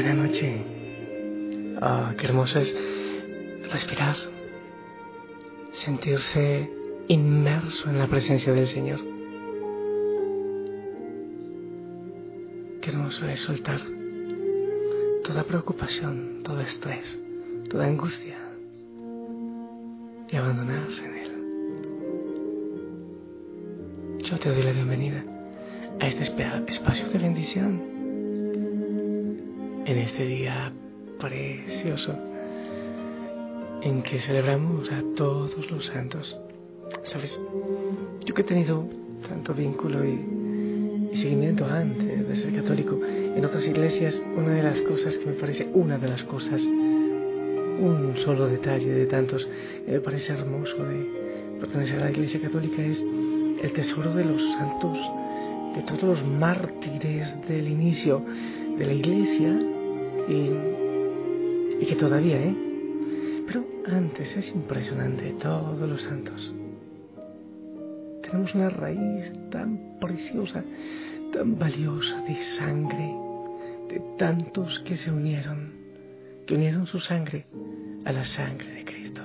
Buena noche. Qué hermoso es respirar, sentirse inmerso en la presencia del Señor. Qué hermoso es soltar toda preocupación, todo estrés, toda angustia y abandonarse en Él. Yo te doy la bienvenida a este espacio de bendición en este día precioso en que celebramos a todos los santos. ¿Sabes? Yo que he tenido tanto vínculo y seguimiento antes de ser católico en otras iglesias, una de las cosas que me parece, un solo detalle de tantos que me parece hermoso de pertenecer a la Iglesia Católica es el tesoro de los santos, de todos los mártires del inicio de la Iglesia y que todavía, pero antes es impresionante, todos los santos. Tenemos una raíz tan preciosa, tan valiosa de sangre, de tantos que se unieron, su sangre a la sangre de Cristo.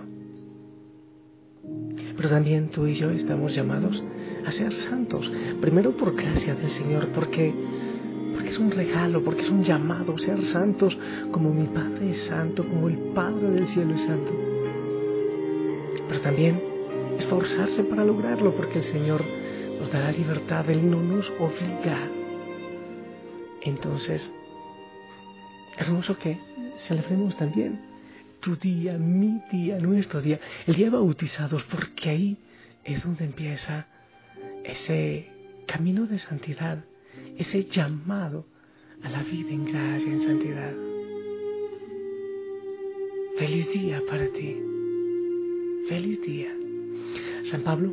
Pero también tú y yo estamos llamados a ser santos, primero por gracia del Señor, porque es un regalo, porque es un llamado, ser santos como mi Padre es santo, como el Padre del cielo es santo. Pero también esforzarse para lograrlo, porque el Señor nos da la libertad, Él no nos obliga. Entonces, hermoso que celebremos también tu día, mi día, nuestro día, el día de bautizados, porque ahí es donde empieza ese camino de santidad, ese llamado a la vida en gracia, en santidad. Feliz día para ti, feliz día. San Pablo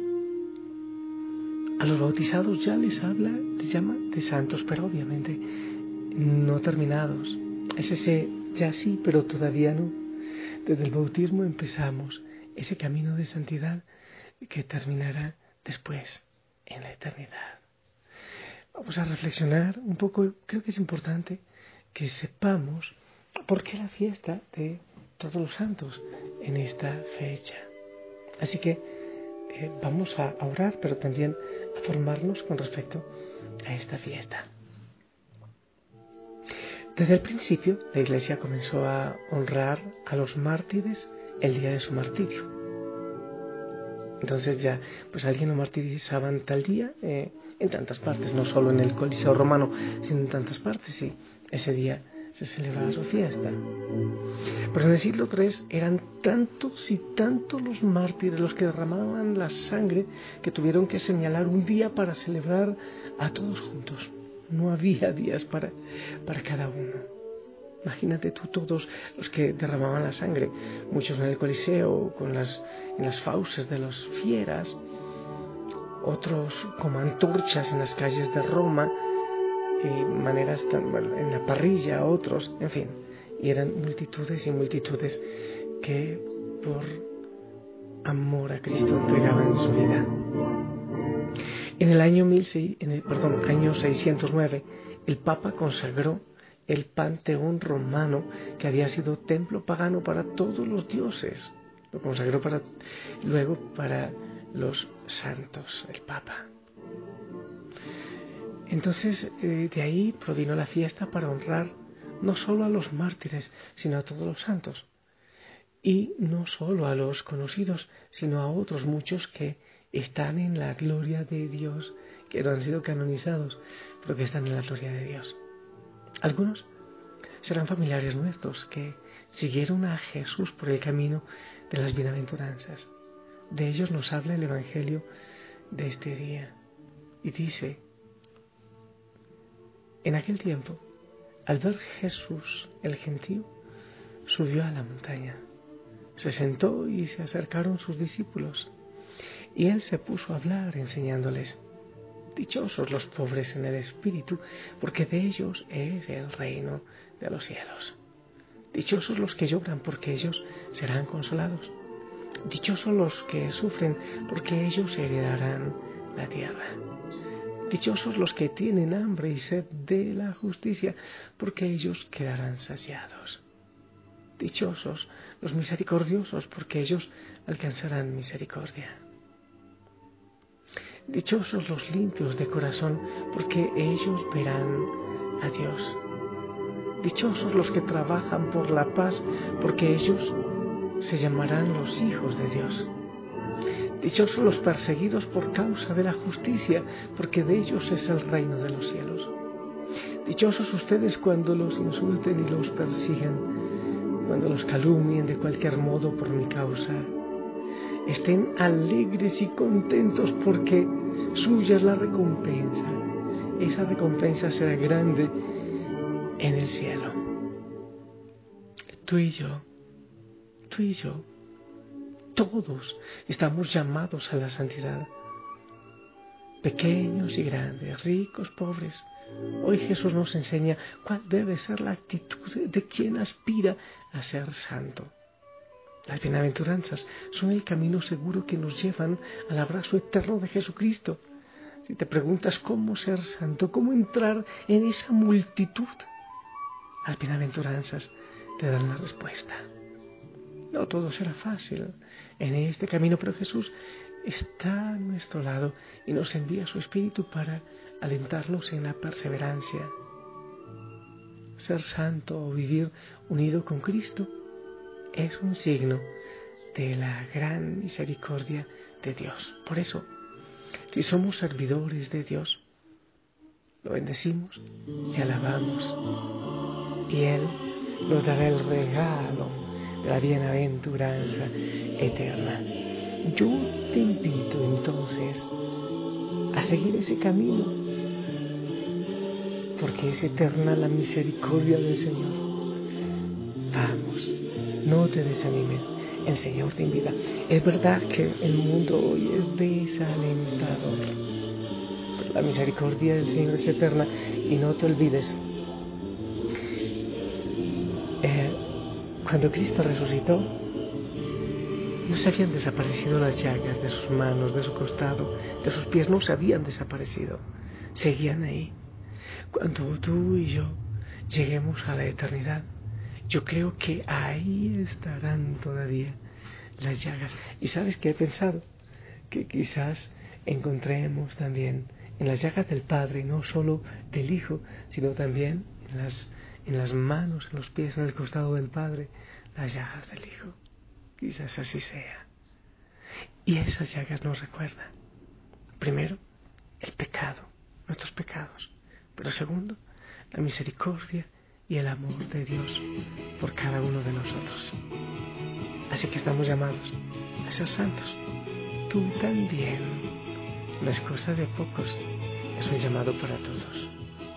a los bautizados ya les llama de santos, pero obviamente no terminados. Es ese ya sí, pero todavía no. Desde el bautismo empezamos ese camino de santidad que terminará después en la eternidad. Vamos a reflexionar un poco. Creo que es importante que sepamos por qué la fiesta de todos los santos en esta fecha. Así que vamos a orar, pero también a formarnos con respecto a esta fiesta. Desde el principio, la Iglesia comenzó a honrar a los mártires el día de su martirio. Entonces ya, pues alguien lo martirizaban tal día en tantas partes, no solo en el Coliseo Romano, sino en tantas partes, y ese día se celebraba su fiesta. Pero en el siglo III eran tantos y tantos los mártires, los que derramaban la sangre, que tuvieron que señalar un día para celebrar a todos juntos. No había días para cada uno. Imagínate tú todos los que derramaban la sangre, muchos en el Coliseo, en las fauces de las fieras, otros como antorchas en las calles de Roma, en la parrilla, otros, en fin, y eran multitudes y multitudes que por amor a Cristo entregaban su vida. En el año 609, el Papa consagró el Panteón romano, que había sido templo pagano para todos los dioses. Lo consagró luego para los santos, el Papa. Entonces, de ahí provino la fiesta para honrar no solo a los mártires, sino a todos los santos. Y no solo a los conocidos, sino a otros muchos que están en la gloria de Dios, que no han sido canonizados, pero que están en la gloria de Dios. Algunos serán familiares nuestros que siguieron a Jesús por el camino de las bienaventuranzas. De ellos nos habla el Evangelio de este día. Y dice: en aquel tiempo, al ver Jesús el gentío, subió a la montaña, se sentó y se acercaron sus discípulos. Y él se puso a hablar enseñándoles: dichosos los pobres en el espíritu, porque de ellos es el reino de los cielos. Dichosos los que lloran, porque ellos serán consolados. Dichosos los que sufren, porque ellos heredarán la tierra. Dichosos los que tienen hambre y sed de la justicia, porque ellos quedarán saciados. Dichosos los misericordiosos, porque ellos alcanzarán misericordia. Dichosos los limpios de corazón, porque ellos verán a Dios. Dichosos los que trabajan por la paz, porque ellos se llamarán los hijos de Dios. Dichosos los perseguidos por causa de la justicia, porque de ellos es el reino de los cielos. Dichosos ustedes cuando los insulten y los persigan, cuando los calumnien de cualquier modo por mi causa. Estén alegres y contentos porque suya es la recompensa. Esa recompensa será grande en el cielo. Tú y yo, todos estamos llamados a la santidad. Pequeños y grandes, ricos, pobres. Hoy Jesús nos enseña cuál debe ser la actitud de quien aspira a ser santo. Las bienaventuranzas son el camino seguro que nos llevan al abrazo eterno de Jesucristo. Si te preguntas cómo ser santo, cómo entrar en esa multitud, las bienaventuranzas te dan la respuesta. No todo será fácil en este camino, pero Jesús está a nuestro lado y nos envía su Espíritu para alentarnos en la perseverancia. Ser santo o vivir unido con Cristo es un signo de la gran misericordia de Dios. Por eso, si somos servidores de Dios, lo bendecimos y alabamos, y Él nos dará el regalo de la bienaventuranza eterna. Yo te invito entonces a seguir ese camino, porque es eterna la misericordia del Señor. Vamos, no te desanimes, el Señor te invita. Es verdad que el mundo hoy es desalentador, pero la misericordia del Señor es eterna. Y no te olvides, cuando Cristo resucitó, no se habían desaparecido las llagas de sus manos, de su costado, de sus pies, no se habían desaparecido, seguían ahí. Cuando tú y yo lleguemos a la eternidad, yo creo que ahí estarán todavía las llagas. Y ¿sabes qué he pensado? Que quizás encontremos también en las llagas del Padre, no solo del Hijo, sino también en las manos, en los pies, en el costado del Padre, las llagas del Hijo. Quizás así sea. Y esas llagas nos recuerdan, primero, el pecado, nuestros pecados, pero segundo, la misericordia y el amor de Dios por cada uno de nosotros. Así que estamos llamados a ser santos. Tú también. No es cosa de pocos, es un llamado para todos.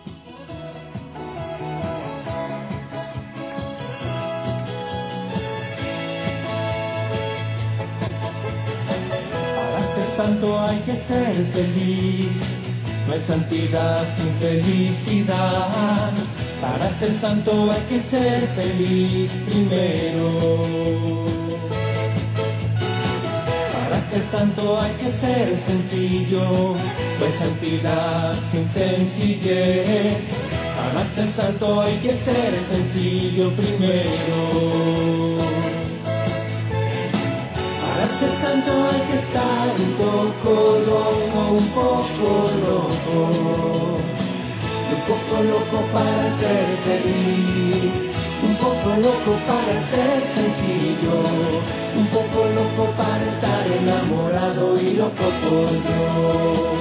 Para ser santo hay que ser feliz. No hay santidad sin felicidad. Para ser santo hay que ser feliz primero. Para ser santo hay que ser sencillo. No hay santidad sin sencillez. Para ser santo hay que ser sencillo primero. Para ser santo hay que estar un poco loco para ser feliz, un poco loco para ser sencillo, un poco loco para estar enamorado y loco por Dios.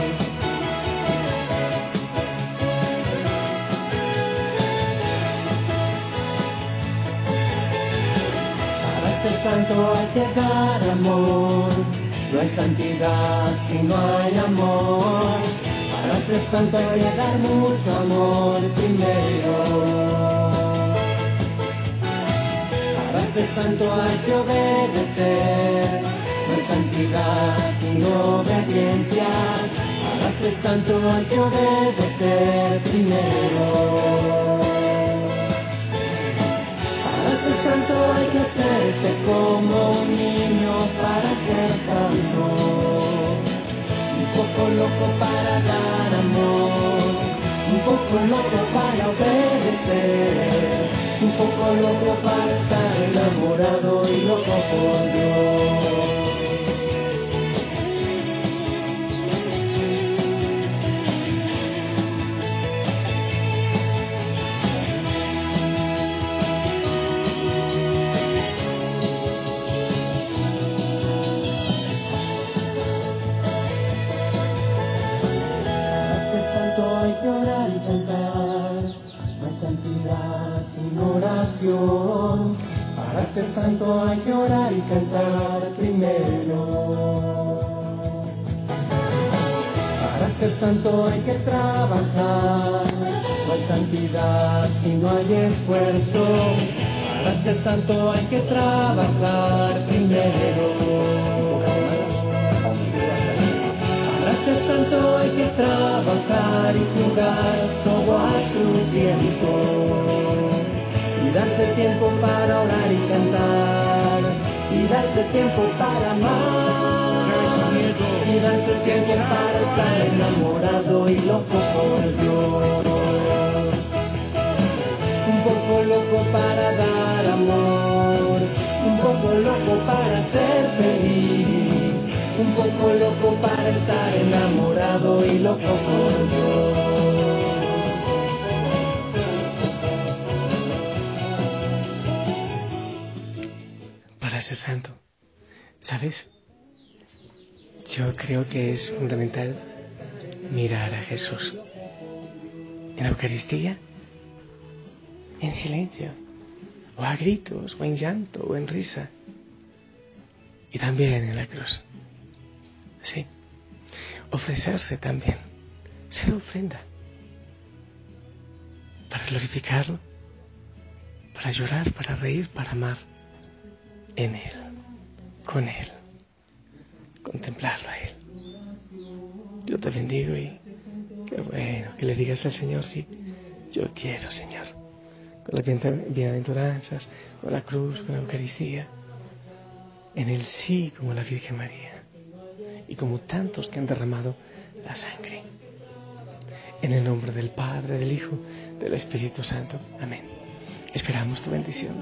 Para ser santo hay que dar amor, no hay santidad si no hay amor. Para ser santo hay que dar mucho amor primero. Para ser santo hay que obedecer, no hay santidad sin obediencia. Para ser santo hay que obedecer primero. Para ser santo hay que hacerse como un niño para ser santo. poco loco para dar amor, un poco loco para obedecer, un poco loco para estar enamorado y loco por Dios. Llorar y cantar, no hay santidad sin oración. Para ser santo hay que orar y cantar primero. Para ser santo hay que trabajar, no hay santidad si no hay esfuerzo. Para ser santo hay que trabajar primero. Para ser santo hay que trabajar y jugar todo a su tiempo. Y darse tiempo para orar y cantar. Y darse tiempo para amar. Y darse tiempo para estar enamorado y loco por Dios. Un poco loco para dar amor. Un poco loco para ser feliz. Un poco loco para estar enamorado y loco por Dios. Para ser santo, ¿sabes? Yo creo que es fundamental mirar a Jesús en la Eucaristía, en silencio, o a gritos, o en llanto, o en risa, y también en la cruz. Sí, ofrecerse también, ser ofrenda, para glorificarlo, para llorar, para reír, para amar en Él, con Él, contemplarlo a Él. Yo te bendigo y qué bueno que le digas al Señor, sí, yo quiero, Señor, con las bienaventuranzas, con la cruz, con la Eucaristía, en el sí como la Virgen María. Y como tantos que han derramado la sangre. En el nombre del Padre, del Hijo, del Espíritu Santo. Amén. Esperamos tu bendición.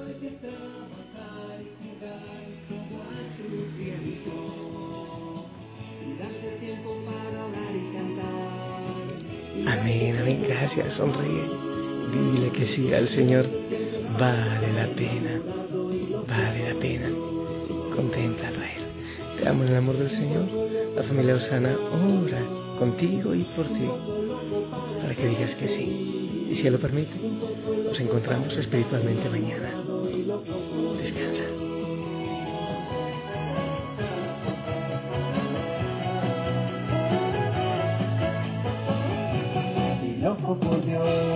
Amén, amén. Gracias. Sonríe. Dile que sí al Señor. Vale la pena. Vale la pena. Contémplalo a Él. Te amo en el amor del Señor. La familia Osana ora contigo y por ti, para que digas que sí. Y si Él lo permite, nos encontramos espiritualmente mañana. Descansa. Y loco por Dios.